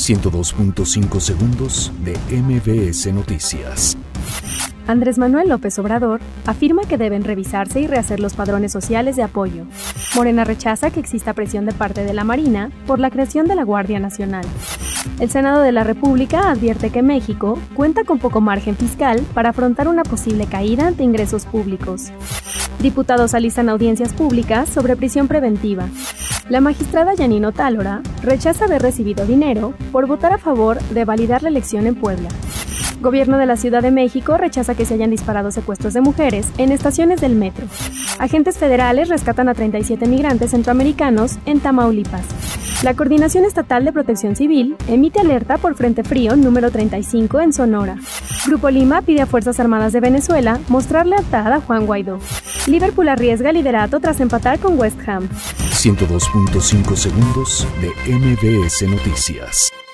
102.5 segundos de MBS Noticias. Andrés Manuel López Obrador afirma que deben revisarse y rehacer los padrones sociales de apoyo. Morena rechaza que exista presión de parte de la Marina por la creación de la Guardia Nacional. El Senado de la República advierte que México cuenta con poco margen fiscal para afrontar una posible caída de ingresos públicos. Diputados alistan audiencias públicas sobre prisión preventiva. La magistrada Yanino Tálora rechaza haber recibido dinero por votar a favor de validar la elección en Puebla. Gobierno de la Ciudad de México rechaza que se hayan disparado secuestros de mujeres en estaciones del metro. Agentes federales rescatan a 37 migrantes centroamericanos en Tamaulipas. La Coordinación Estatal de Protección Civil emite alerta por Frente Frío número 35 en Sonora. Grupo Lima pide a Fuerzas Armadas de Venezuela mostrar lealtad a Juan Guaidó. Liverpool arriesga liderato tras empatar con West Ham. 102.5 segundos de MBS Noticias.